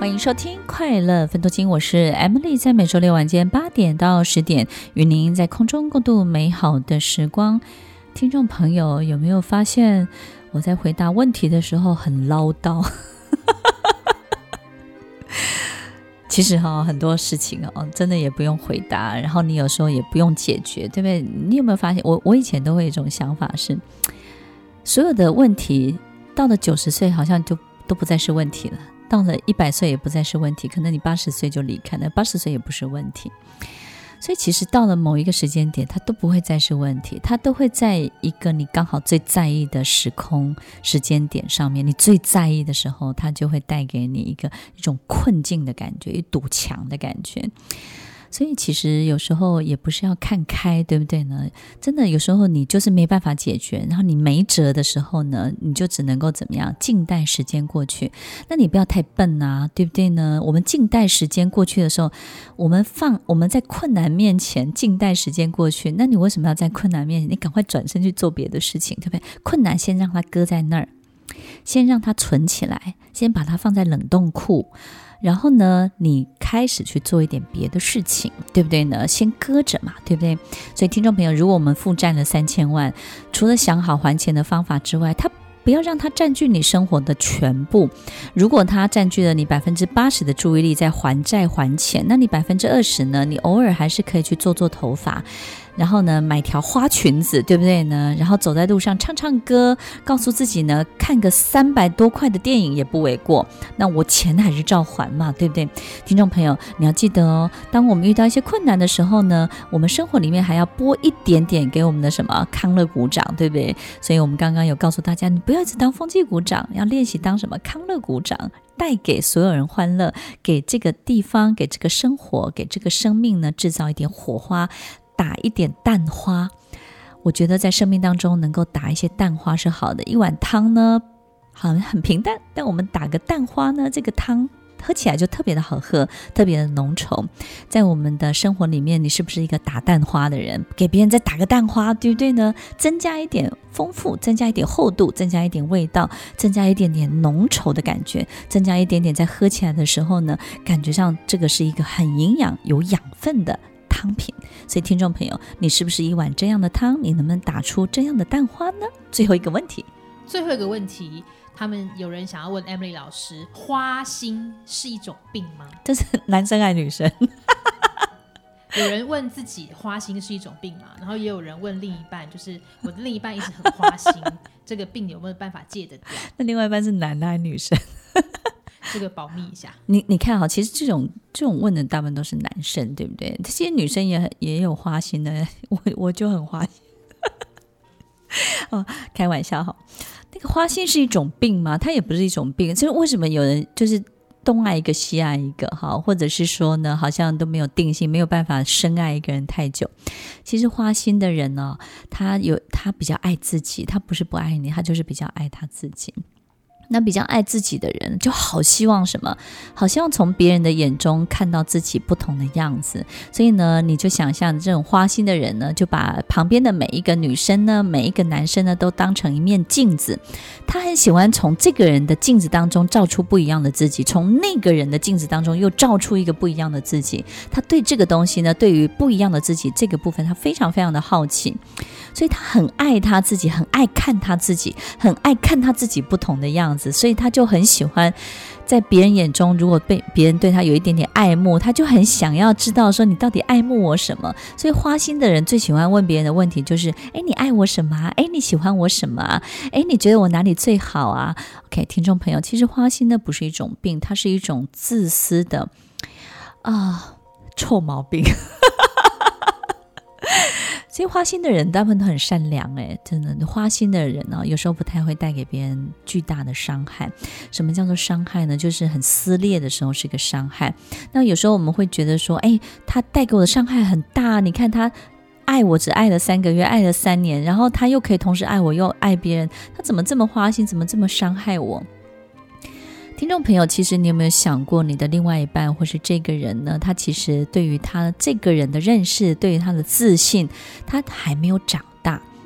欢迎收听快乐分多金，我是 Emily， 在每周六晚间8点到10点与您在空中共度美好的时光。听众朋友有没有发现我在回答问题的时候很唠叨？其实很多事情真的也不用回答，然后你有时候也不用解决，对不对？你有没有发现我以前都会有一种想法是，所有的问题到了90岁好像就都不再是问题了，到了100岁也不再是问题，可能你80岁就离开了，80岁也不是问题。所以其实到了某一个时间点，它都不会再是问题，它都会在一个你刚好最在意的时空时间点上面，你最在意的时候，它就会带给你一种困境的感觉，一堵墙的感觉。所以其实有时候也不是要看开，对不对呢？真的有时候你就是没办法解决，然后你没辙的时候呢，你就只能够怎么样，静待时间过去。那你不要太笨啊，对不对呢？我们静待时间过去的时候，我们在困难面前静待时间过去，那你为什么要在困难面前？你赶快转身去做别的事情，对不对？困难先让它搁在那儿，先让它存起来，先把它放在冷冻库，然后呢，你开始去做一点别的事情，对不对呢？先搁着嘛，对不对？所以听众朋友，如果我们负债了3000万，除了想好还钱的方法之外，不要让它占据你生活的全部。如果它占据了你80%的注意力在还债还钱，那你20%呢？你偶尔还是可以去做头发，然后呢，买条花裙子，对不对呢？然后走在路上唱唱歌，告诉自己呢，看个300多块的电影也不为过。那我钱还是照还嘛，对不对？听众朋友，你要记得哦，当我们遇到一些困难的时候呢，我们生活里面还要拨一点点给我们的什么康乐股长，对不对？所以我们刚刚有告诉大家，你不要一直当风纪股长，要练习当什么康乐股长，带给所有人欢乐，给这个地方，给这个生活，给这个生命呢，制造一点火花，打一点蛋花。我觉得在生命当中能够打一些蛋花是好的。一碗汤呢好像很平淡，但我们打个蛋花呢，这个汤喝起来就特别的好喝，特别的浓稠。在我们的生活里面，你是不是一个打蛋花的人？给别人再打个蛋花，对不对呢？增加一点丰富，增加一点厚度，增加一点味道，增加一点点浓稠的感觉，增加一点点在喝起来的时候呢，感觉上这个是一个很营养有养分的汤品。所以听众朋友，你是不是一碗这样的汤？你能不能打出这样的蛋花呢？最后一个问题， 他们有人想要问 Emily 老师，花心是一种病吗？ 这是男生还是女生？ 有人问自己花心是一种病吗？然后也有人问另一半，就是我的另一半一直很花心，这个病有没有办法戒得掉？ 那另外一半是男的还是女生？ 这个保密一下。 你看其实这种问的大部分都是男生，对不对？这些女生也有花心的，我就很花心。开玩笑哈。那个花心是一种病吗？它也不是一种病。就是为什么有人就是东爱一个西爱一个，或者是说呢，好像都没有定性，没有办法深爱一个人太久。其实花心的人呢，他比较爱自己，他不是不爱你，他就是比较爱他自己。那比较爱自己的人就好希望什么？好希望从别人的眼中看到自己不同的样子。所以呢，你就想象这种花心的人呢，就把旁边的每一个女生呢，每一个男生呢，都当成一面镜子。他很喜欢从这个人的镜子当中照出不一样的自己，从那个人的镜子当中又照出一个不一样的自己。他对这个东西呢，对于不一样的自己这个部分，他非常非常的好奇。所以他很爱他自己，很爱看他自己，很爱看他自己不同的样子。所以他就很喜欢在别人眼中，如果被别人对他有一点点爱慕，他就很想要知道说你到底爱慕我什么。所以花心的人最喜欢问别人的问题就是你爱我什么啊？你喜欢我什么啊？你觉得我哪里最好啊？ OK， 听众朋友，其实花心呢不是一种病，它是一种自私的臭毛病。所以花心的人大部分都很善良，真的，花心的人呢，有时候不太会带给别人巨大的伤害。什么叫做伤害呢？就是很撕裂的时候是个伤害。那有时候我们会觉得说，他带给我的伤害很大，你看他爱我只爱了3个月，爱了3年，然后他又可以同时爱我又爱别人，他怎么这么花心，怎么这么伤害我？听众朋友，其实你有没有想过，你的另外一半或是这个人呢，他其实对于他这个人的认识，对于他的自信，他还没有长大。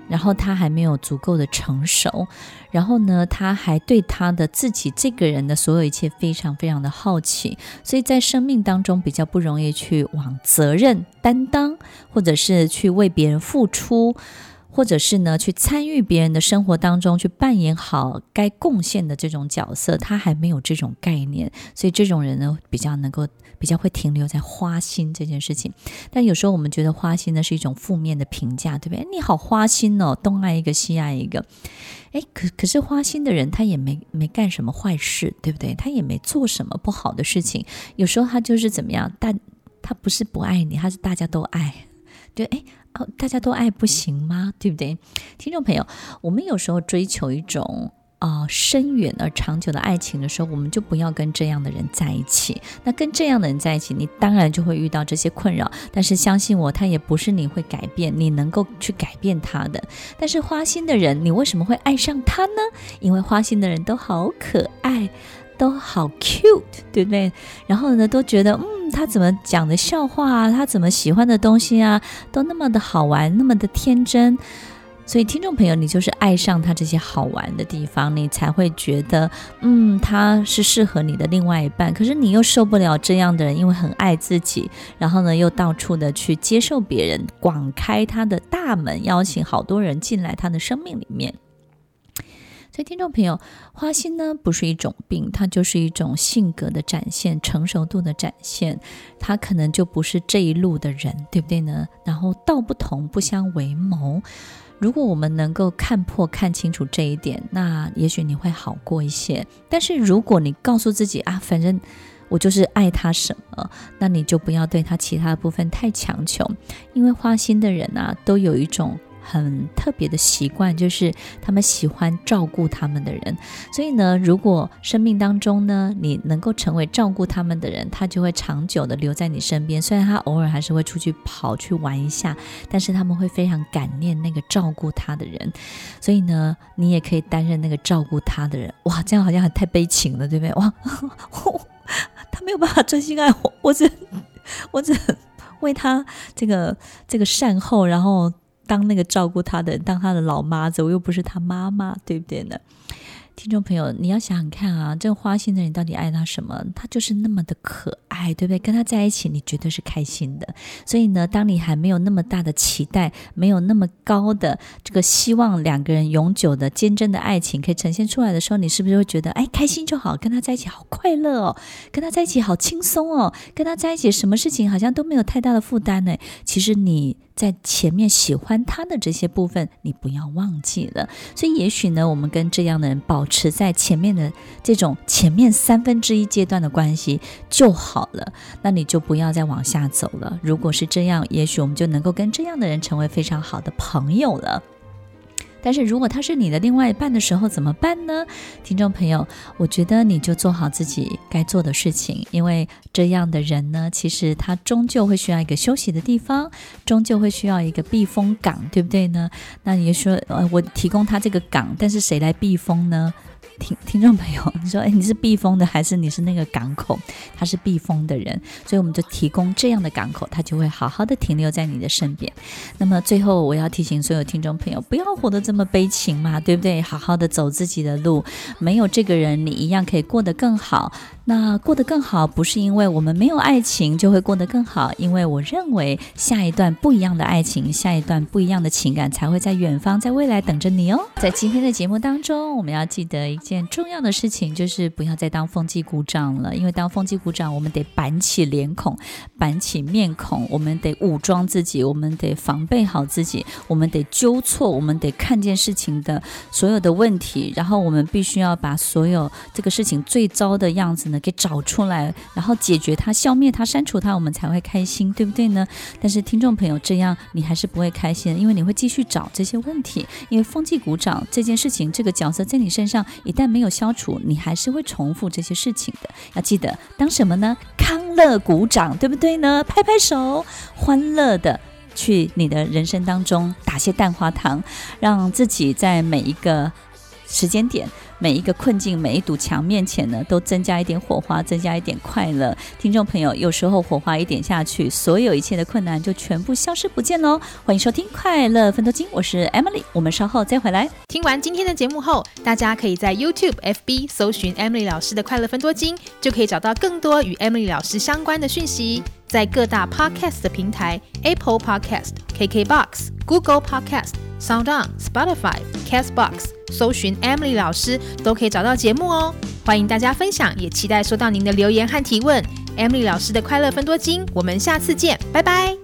然后他还没有足够的成熟，然后呢他还对他的自己这个人的所有一切非常非常的好奇，所以在生命当中比较不容易去往责任担当，或者是去为别人付出，或者是呢去参与别人的生活当中，去扮演好该贡献的这种角色，他还没有这种概念，所以这种人呢比较会停留在花心这件事情。但有时候我们觉得花心呢是一种负面的评价，对不对？你好花心哦，东爱一个西爱一个。可是花心的人他也没干什么坏事，对不对？他也没做什么不好的事情，有时候他就是怎么样，他不是不爱你，他是大家都爱。对，大家都爱不行吗？对不对？听众朋友，我们有时候追求一种深远而长久的爱情的时候，我们就不要跟这样的人在一起。那跟这样的人在一起，你当然就会遇到这些困扰，但是相信我，他也不是你会改变，你能够去改变他的。但是花心的人，你为什么会爱上他呢？因为花心的人都好可爱，都好 cute， 对不对？然后呢，都觉得他怎么讲的笑话啊，他怎么喜欢的东西啊，都那么的好玩，那么的天真。所以听众朋友，你就是爱上他这些好玩的地方，你才会觉得他是适合你的另外一半。可是你又受不了这样的人，因为很爱自己，然后呢又到处的去接受别人，广开他的大门，邀请好多人进来他的生命里面。所以听众朋友，花心呢不是一种病，它就是一种性格的展现，成熟度的展现，它可能就不是这一路的人，对不对呢？然后道不同不相为谋，如果我们能够看破看清楚这一点，那也许你会好过一些。但是如果你告诉自己反正我就是爱他什么，那你就不要对他其他的部分太强求，因为花心的人都有一种很特别的习惯，就是他们喜欢照顾他们的人。所以呢，如果生命当中呢，你能够成为照顾他们的人，他就会长久的留在你身边。虽然他偶尔还是会出去跑去玩一下，但是他们会非常感念那个照顾他的人。所以呢，你也可以担任那个照顾他的人。哇，这样好像太悲情了，对不对？哇，他没有办法真心爱我，我只为他这个善后，然后当那个照顾他的人，当他的老妈子，我又不是他妈妈，对不对呢？听众朋友，你要想想看啊，这个花心的人到底爱他什么？他就是那么的可爱，对不对？跟他在一起你绝对是开心的。所以呢，当你还没有那么大的期待，没有那么高的这个希望两个人永久的坚贞的爱情可以呈现出来的时候，你是不是会觉得开心就好，跟他在一起好快乐哦，跟他在一起好轻松哦，跟他在一起什么事情好像都没有太大的负担呢？其实你在前面喜欢他的这些部分你不要忘记了。所以也许呢，我们跟这样的人保持在前面的这种前面1/3阶段的关系就好了，那你就不要再往下走了。如果是这样，也许我们就能够跟这样的人成为非常好的朋友了。但是如果他是你的另外一半的时候怎么办呢？听众朋友，我觉得你就做好自己该做的事情，因为这样的人呢，其实他终究会需要一个休息的地方，终究会需要一个避风港，对不对呢？那你就说我提供他这个港，但是谁来避风呢？听众朋友，你说你是避风的还是你是那个港口？他是避风的人，所以我们就提供这样的港口，他就会好好的停留在你的身边。那么最后我要提醒所有听众朋友，不要活得这么悲情嘛，对不对？好好的走自己的路，没有这个人你一样可以过得更好。那过得更好不是因为我们没有爱情就会过得更好，因为我认为下一段不一样的爱情，下一段不一样的情感才会在远方，在未来等着你哦。在今天的节目当中，我们要记得一件重要的事情，就是不要再当风纪股长了。因为当风纪股长，我们得板起脸孔，板起面孔，我们得武装自己，我们得防备好自己，我们得纠错，我们得看见事情的所有的问题，然后我们必须要把所有这个事情最糟的样子给找出来，然后解决它，消灭它，删除它，我们才会开心，对不对呢？但是听众朋友，这样你还是不会开心，因为你会继续找这些问题，因为风纪股长这件事情，这个角色在你身上一旦没有消除，你还是会重复这些事情的。要记得当什么呢？康乐股长，对不对呢？拍拍手，欢乐的去你的人生当中打些蛋花糖，让自己在每一个时间点， 每一个困境每一堵墙面前呢都增加一点火花，增加一点快乐。听众朋友，有时候火花一点下去，所有一切的困难就全部消失不见咯。欢迎收听快乐分多金，我是 Emily， 我们稍后再回来。 听完今天的节目后，大家可以在 YouTube、FB 搜寻 Emily 老师的快乐分多金，就可以找到更多与 Emily 老师相关的讯息。在各大 Podcast 的平台 Apple Podcast、KKBox、Google Podcast、SoundOn、Spotify、Castbox 搜寻 Emily 老师都可以找到节目哦。欢迎大家分享，也期待收到您的留言和提问。Emily 老师的快乐分多金，我们下次见，拜拜。